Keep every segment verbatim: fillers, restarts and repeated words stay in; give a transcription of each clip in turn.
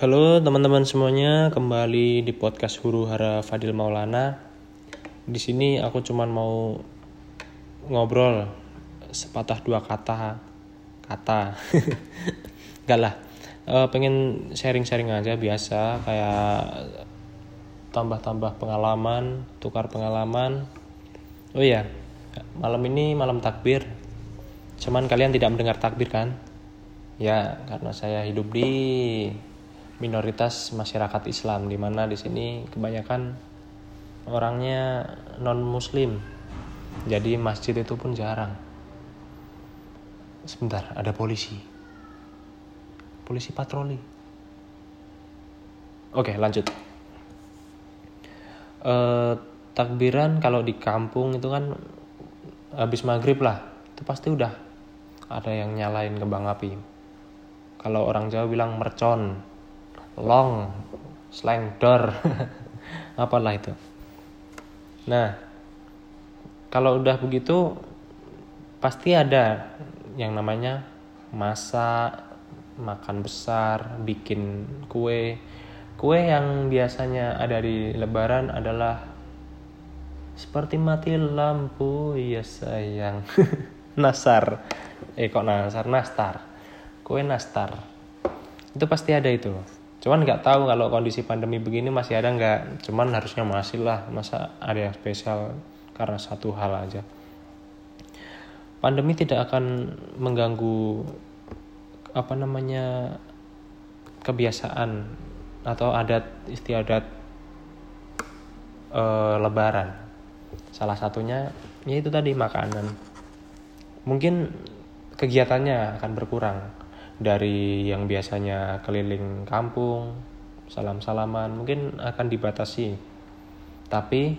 Halo teman-teman semuanya, kembali di podcast Huru Hara Fadil Maulana. Di sini aku cuman mau ngobrol sepatah dua kata, kata, enggak lah. Uh, pengen sharing-sharing aja biasa, kayak tambah-tambah pengalaman, tukar pengalaman. Oh iya, malam ini malam takbir. Cuman kalian tidak mendengar takbir kan? Ya, karena saya hidup di minoritas masyarakat Islam, di mana di sini kebanyakan orangnya non muslim, jadi masjid itu pun jarang. Sebentar, ada polisi polisi patroli. Oke, lanjut. e, takbiran kalau di kampung itu kan habis maghrib lah, itu pasti udah ada yang nyalain kembang api. Kalau orang Jawa bilang mercon, long, slang door, apalah itu. Nah, kalau udah begitu pasti ada yang namanya masak, makan besar, bikin kue. Kue yang biasanya ada di Lebaran adalah seperti mati lampu, ya sayang. Nasar, eh kok nasar, nastar, kue nastar. Itu pasti ada itu. Cuman nggak tahu kalau kondisi pandemi begini masih ada nggak. Cuman harusnya masih lah. Masa ada yang spesial karena satu hal aja. Pandemi tidak akan mengganggu apa namanya kebiasaan atau adat istiadat e, Lebaran. Salah satunya yaitu tadi makanan. Mungkin kegiatannya akan berkurang. Dari yang biasanya keliling kampung, salam-salaman, mungkin akan dibatasi. Tapi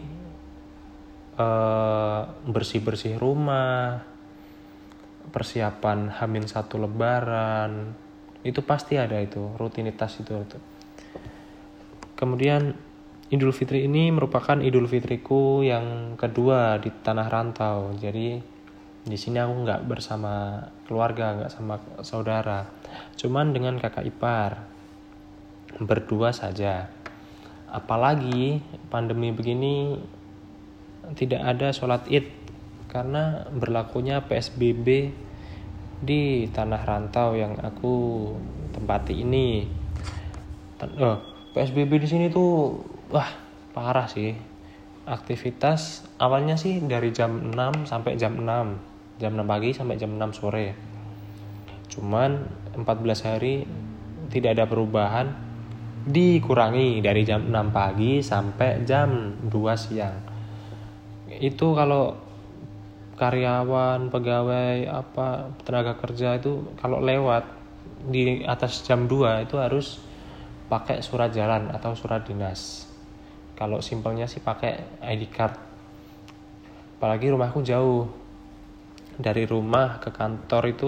eh, bersih-bersih rumah, persiapan Hamin satu Lebaran, itu pasti ada itu, rutinitas itu. itu. Kemudian Idul Fitri ini merupakan Idul Fitriku yang kedua di tanah rantau. Jadi di sini aku nggak bersama keluarga, nggak sama saudara, cuman dengan kakak ipar, berdua saja. Apalagi pandemi begini tidak ada sholat id karena berlakunya P S B B di tanah rantau yang aku tempati ini. Oh, P S B B di sini tuh wah parah sih. Aktivitas awalnya sih dari jam enam sampai jam enam. Jam enam pagi sampai jam enam sore. Cuman empat belas hari tidak ada perubahan, dikurangi dari jam enam pagi sampai jam dua siang. Itu kalau karyawan, pegawai, apa tenaga kerja itu kalau lewat di atas jam dua itu harus pakai surat jalan atau surat dinas. Kalau simpelnya sih pakai I D card. Apalagi rumahku jauh. Dari rumah ke kantor itu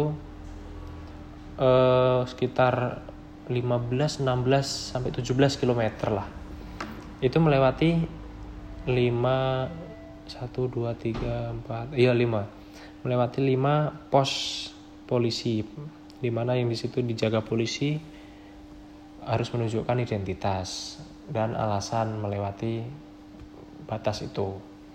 eh, sekitar lima belas, enam belas sampai tujuh belas kilometer lah. Itu melewati lima satu dua tiga empat iya lima. Melewati lima pos polisi, di mana yang di situ dijaga polisi harus menunjukkan identitas dan alasan melewati batas itu.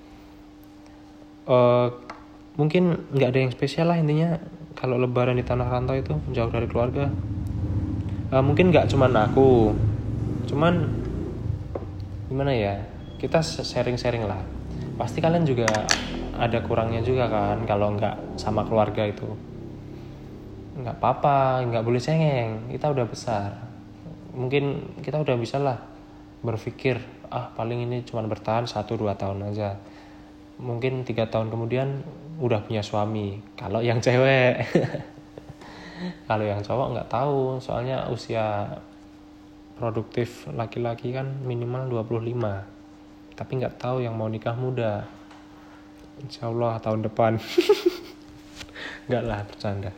Uh, mungkin nggak ada yang spesial lah intinya kalau Lebaran di tanah rantau itu jauh dari keluarga. Uh, mungkin nggak cuman aku, cuman gimana ya, kita sharing-sharing lah. Pasti kalian juga ada kurangnya juga kan kalau nggak sama keluarga itu. Nggak apa-apa, nggak boleh cengeng. Kita udah besar. Mungkin kita udah bisa lah berpikir, ah paling ini cuma bertahan satu dua tahun aja. Mungkin tiga tahun kemudian udah punya suami. Kalau yang cewek. Kalau yang cowok nggak tahu. Soalnya usia produktif laki-laki kan minimal dua puluh lima. Tapi nggak tahu yang mau nikah muda. Insya Allah tahun depan. Nggak lah, bercanda.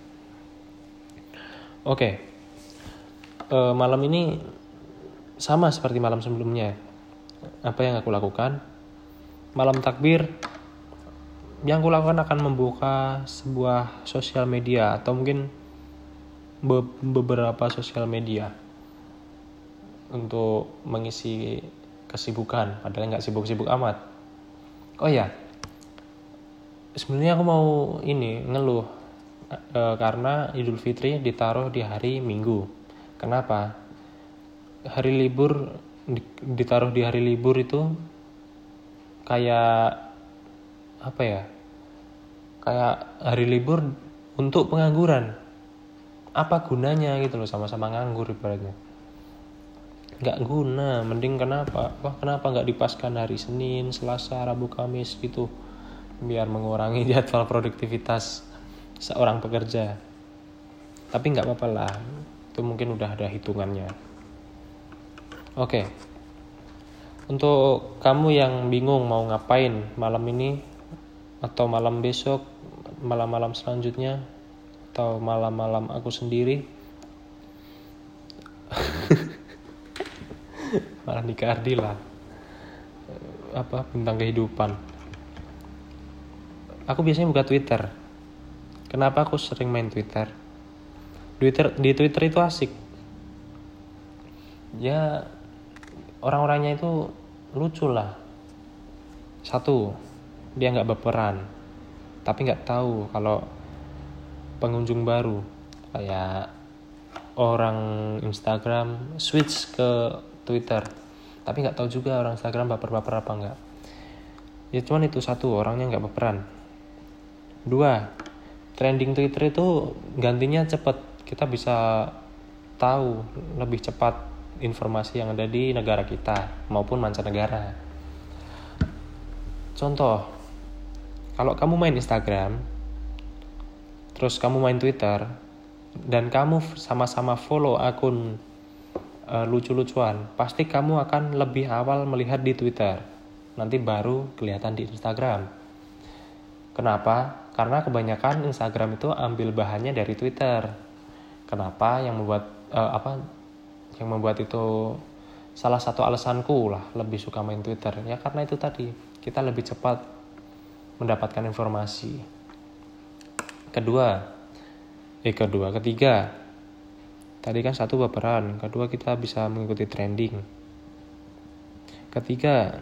Oke. E, malam ini sama seperti malam sebelumnya. Apa yang aku lakukan? Malam takbir, yang aku lakukan akan membuka sebuah sosial media atau mungkin be- beberapa sosial media. untuk mengisi kesibukan, padahal nggak sibuk-sibuk amat. Oh ya, sebenarnya aku mau ini ngeluh e, karena Idul Fitri ditaruh di hari Minggu. Kenapa? Hari libur ditaruh di hari libur itu kayak apa ya? Kayak hari libur untuk pengangguran. Apa gunanya gitu loh, sama-sama nganggur ibaratnya. Nggak guna, mending kenapa? Wah, kenapa nggak dipaskan hari Senin, Selasa, Rabu, Kamis gitu, biar mengurangi jadwal produktivitas seorang pekerja. Tapi nggak apa-apa lah, itu mungkin udah ada hitungannya. Oke, untuk kamu yang bingung mau ngapain malam ini atau malam besok, malam-malam selanjutnya, atau malam-malam aku sendiri, malah nikah Ardila, apa bintang kehidupan. Aku biasanya buka Twitter. Kenapa aku sering main Twitter? Twitter di Twitter itu asik. Ya orang-orangnya itu lucu lah. Satu, dia nggak baperan, tapi nggak tahu kalau pengunjung baru kayak orang Instagram switch ke Twitter, tapi nggak tahu juga orang Instagram baper-baper apa enggak. Ya cuman itu satu, orangnya nggak baperan. Dua, trending Twitter itu gantinya cepat. Kita bisa tahu lebih cepat informasi yang ada di negara kita maupun mancanegara. Contoh, kalau kamu main Instagram, terus kamu main Twitter, dan kamu sama-sama follow akun uh, lucu-lucuan, pasti kamu akan lebih awal melihat di Twitter, nanti baru kelihatan di Instagram. Kenapa? Karena kebanyakan Instagram itu ambil bahannya dari Twitter. Kenapa? Yang membuat uh, apa? Yang membuat itu salah satu alasanku lah lebih suka main Twitter. Ya karena itu tadi, kita lebih cepat mendapatkan informasi. Kedua, eh kedua, ketiga. Tadi kan satu baperan, kedua kita bisa mengikuti trending. Ketiga,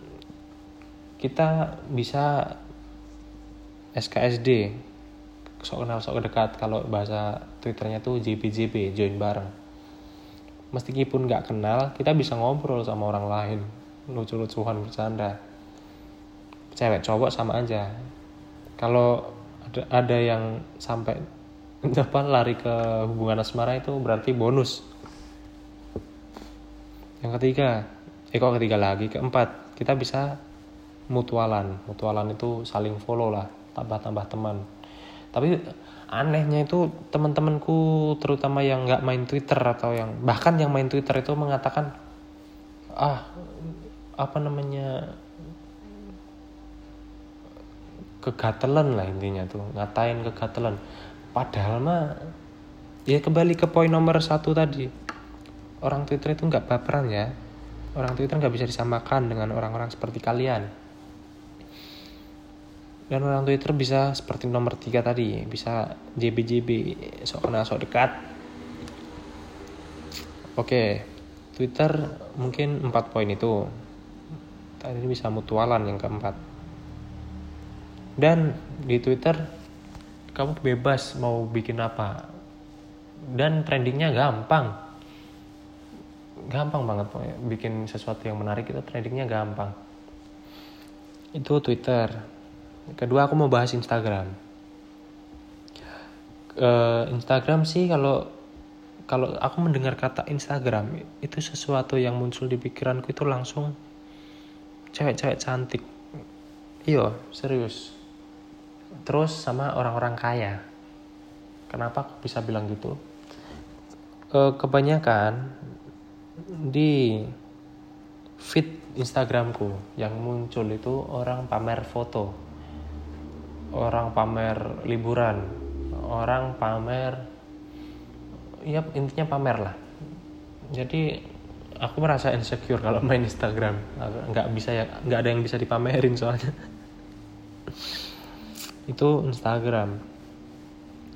kita bisa S K S D, sok kenal sok dekat, kalau bahasa Twitternya tuh J B J B, join bareng. Meskipun nggak kenal, kita bisa ngobrol sama orang lain, lucu-lucuan, bercanda. Cewek cowok sama aja. Kalau ada, ada yang sampai apa lari ke hubungan asmara, itu berarti bonus. Yang ketiga, eh kok ketiga lagi, keempat, kita bisa mutualan. Mutualan itu saling follow lah, tambah-tambah teman. Tapi anehnya itu teman-temanku terutama yang nggak main Twitter atau yang bahkan yang main Twitter itu mengatakan ah apa namanya kegatelan lah intinya tuh, ngatain kegatelan. Padahal mah ya kembali ke poin nomor satu tadi, orang Twitter itu nggak baperan ya. Orang Twitter nggak bisa disamakan dengan orang-orang seperti kalian. Dan orang Twitter bisa seperti nomor tiga tadi, bisa J B J B, sok kenal sok dekat. Oke, Twitter mungkin empat poin itu. Tadi bisa mutualan yang keempat. Dan di Twitter kamu bebas mau bikin apa. Dan trendingnya gampang. Gampang banget pokoknya. Bikin sesuatu yang menarik itu trendingnya gampang. Itu Twitter. Kedua aku mau bahas Instagram. Uh, Instagram sih kalau kalau aku mendengar kata Instagram itu sesuatu yang muncul di pikiranku itu langsung cewek-cewek cantik. Iya, serius. Terus sama orang-orang kaya. Kenapa aku bisa bilang gitu? Uh, kebanyakan di feed Instagramku yang muncul itu orang pamer foto. Orang pamer liburan, orang pamer, ya intinya pamer lah. Jadi aku merasa insecure kalau main Instagram, nggak bisa ya, nggak ada yang bisa dipamerin soalnya. Itu Instagram.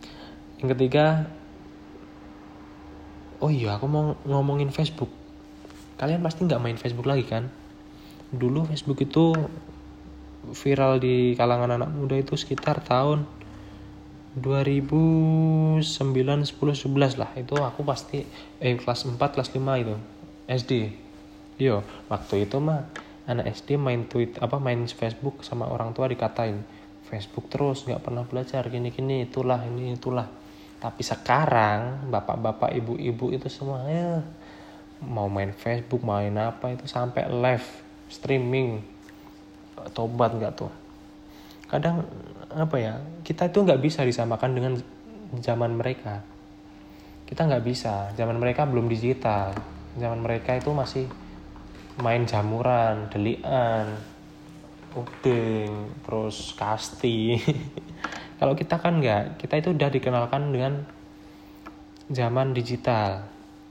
Yang ketiga, oh iya aku mau ngomongin Facebook. Kalian pasti nggak main Facebook lagi kan? Dulu Facebook itu viral di kalangan anak muda itu sekitar tahun dua ribu sembilan, sepuluh, sebelas lah. Itu aku pasti eh kelas empat, kelas lima itu S D. Yo, waktu itu mah anak S D main tweet apa main Facebook sama orang tua dikatain Facebook terus, nggak pernah belajar gini-gini, itulah ini itulah. Tapi sekarang bapak-bapak, ibu-ibu itu semuanya mau main Facebook, main apa itu sampai live streaming. Tobat nggak tuh? Kadang apa ya, kita itu nggak bisa disamakan dengan zaman mereka. Kita nggak bisa, zaman mereka belum digital, zaman mereka itu masih main jamuran, delian, udeng, terus kasti. Kalau kita kan nggak, kita itu udah dikenalkan dengan zaman digital.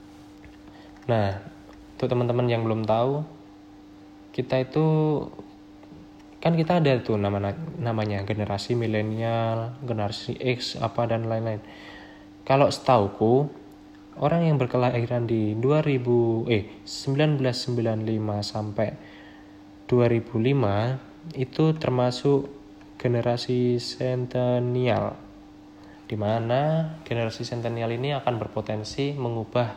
Nah, untuk teman-teman yang belum tahu, kita itu kan kita ada tuh nama namanya generasi milenial, generasi X apa dan lain-lain. Kalau setauku orang yang berkelahiran di dua ribu eh seribu sembilan ratus sembilan puluh lima sampai dua ribu lima itu termasuk generasi centennial, di mana generasi centennial ini akan berpotensi mengubah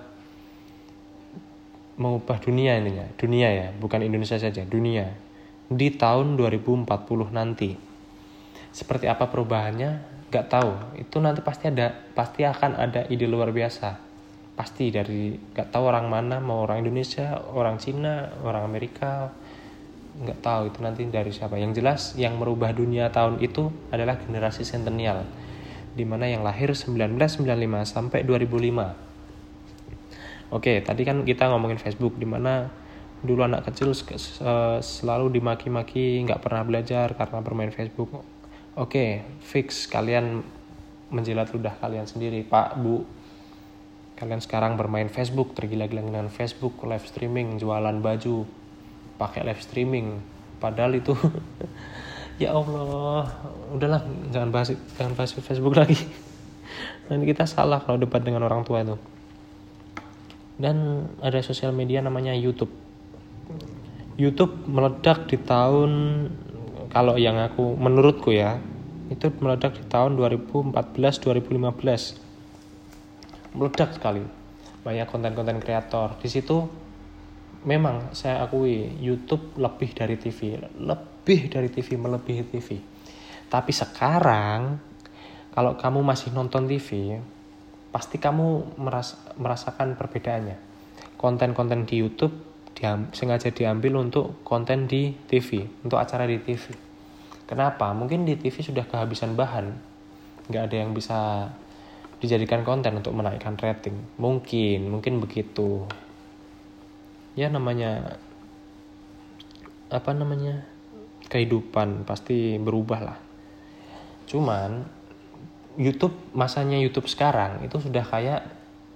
mengubah dunia ininya, dunia ya, bukan Indonesia saja, dunia di tahun dua ribu empat puluh nanti. Seperti apa perubahannya nggak tahu, itu nanti pasti ada pasti akan ada ide luar biasa, pasti dari nggak tahu orang mana, mau orang Indonesia, orang Cina, orang Amerika, nggak tahu itu nanti dari siapa. Yang jelas yang merubah dunia tahun itu adalah generasi centennial, di mana yang lahir seribu sembilan ratus sembilan puluh lima sampai dua ribu lima. Oke, tadi kan kita ngomongin Facebook, di mana dulu anak kecil selalu dimaki-maki nggak pernah belajar karena bermain Facebook. Oke, fix kalian menjilat ludah kalian sendiri, Pak, Bu. Kalian sekarang bermain Facebook, tergila-gila dengan Facebook, live streaming, jualan baju, pakai live streaming. Padahal itu ya Allah, udahlah jangan bahas jangan bahas Facebook lagi. Nanti kita salah kalau debat dengan orang tua itu. Dan ada sosial media namanya YouTube. YouTube meledak di tahun, kalau yang aku menurutku ya, itu meledak di tahun dua ribu empat belas dua ribu lima belas. Meledak sekali. Banyak konten-konten kreator. Di situ memang saya akui YouTube lebih dari T V, lebih dari T V, melebihi T V. Tapi sekarang kalau kamu masih nonton T V, pasti kamu meras- merasakan perbedaannya. Konten-konten di YouTube diam, sengaja diambil untuk konten di T V, untuk acara di T V. Kenapa? Mungkin di T V sudah kehabisan bahan, nggak ada yang bisa dijadikan konten untuk menaikkan rating. Mungkin, mungkin begitu. Ya namanya apa namanya kehidupan pasti berubah lah. Cuman YouTube, masanya YouTube sekarang itu sudah kayak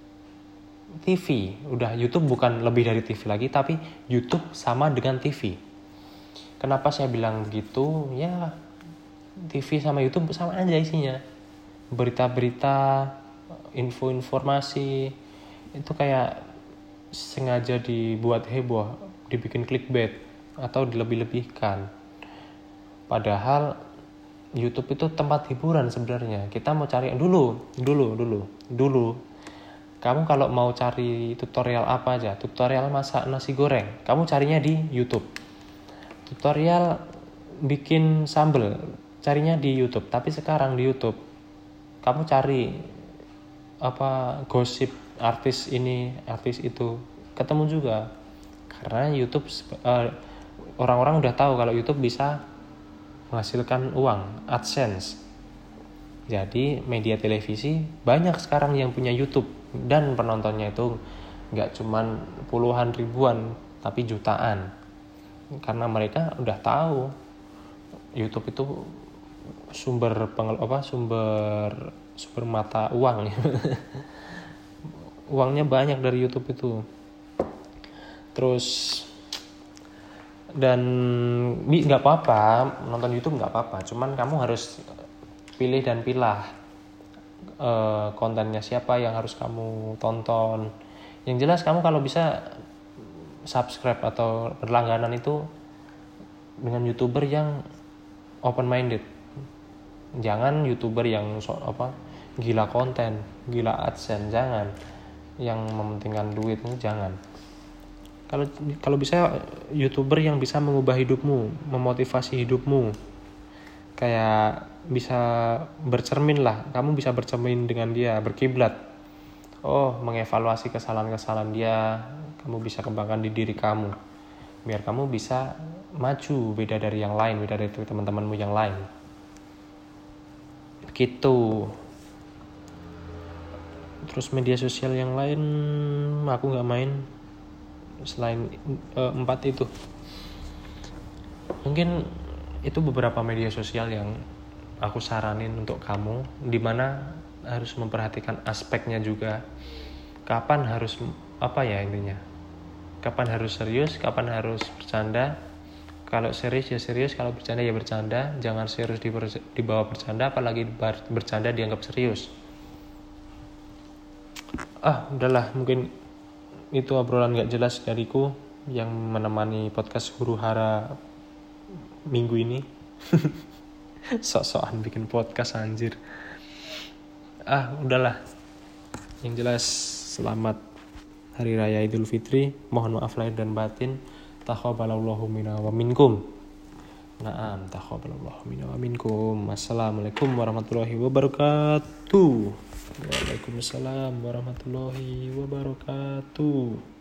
T V. Udah YouTube bukan lebih dari T V lagi, tapi YouTube sama dengan T V. Kenapa saya bilang begitu? Ya T V sama YouTube sama aja isinya. Berita-berita, info-informasi itu kayak sengaja dibuat heboh, dibikin clickbait atau dilebih-lebihkan. Padahal YouTube itu tempat hiburan sebenarnya. Kita mau cari dulu, dulu, dulu, dulu. Kamu kalau mau cari tutorial apa aja, tutorial masak nasi goreng, kamu carinya di YouTube. Tutorial bikin sambal, carinya di YouTube. Tapi sekarang di YouTube, kamu cari apa gosip artis ini, artis itu, ketemu juga. Karena YouTube, uh, orang-orang udah tahu kalau YouTube bisa menghasilkan uang, AdSense. Jadi media televisi banyak sekarang yang punya YouTube, dan penontonnya itu nggak cuman puluhan ribuan tapi jutaan, karena mereka udah tahu YouTube itu sumber pengel apa sumber sumber mata uang. Uangnya banyak dari YouTube itu. Terus dan nggak apa-apa nonton YouTube, nggak apa-apa, cuman kamu harus pilih dan pilah uh, kontennya siapa yang harus kamu tonton. Yang jelas kamu kalau bisa subscribe atau berlangganan itu dengan YouTuber yang open minded. Jangan YouTuber yang so, apa gila konten, gila AdSense, jangan. Yang mementingkan duit, jangan. Kalau kalau bisa YouTuber yang bisa mengubah hidupmu, memotivasi hidupmu. Kayak bisa bercermin lah, kamu bisa bercermin dengan dia, berkiblat. Oh, mengevaluasi kesalahan-kesalahan dia, kamu bisa kembangkan di diri kamu. Biar kamu bisa maju, beda dari yang lain, beda dari teman-temanmu yang lain. Begitu. Terus media sosial yang lain aku nggak main selain uh, empat itu. Mungkin itu beberapa media sosial yang aku saranin untuk kamu, dimana harus memperhatikan aspeknya juga. Kapan harus apa ya intinya? Kapan harus serius, kapan harus bercanda. Kalau serius ya serius, kalau bercanda ya bercanda. Jangan serius dibawa bercanda, apalagi bercanda dianggap serius. Ah, udahlah, mungkin itu obrolan gak jelas dariku yang menemani podcast Huru Hara minggu ini. Sok-sokan bikin podcast anjir. Ah, udahlah. Yang jelas selamat Hari Raya Idul Fitri. Mohon maaf lahir dan batin. Taqabbalallahu minna wa minkum. Naam, taqabbalallahu minna wa minkum. Assalamualaikum warahmatullahi wabarakatuh. Waalaikumsalam warahmatullahi wabarakatuh.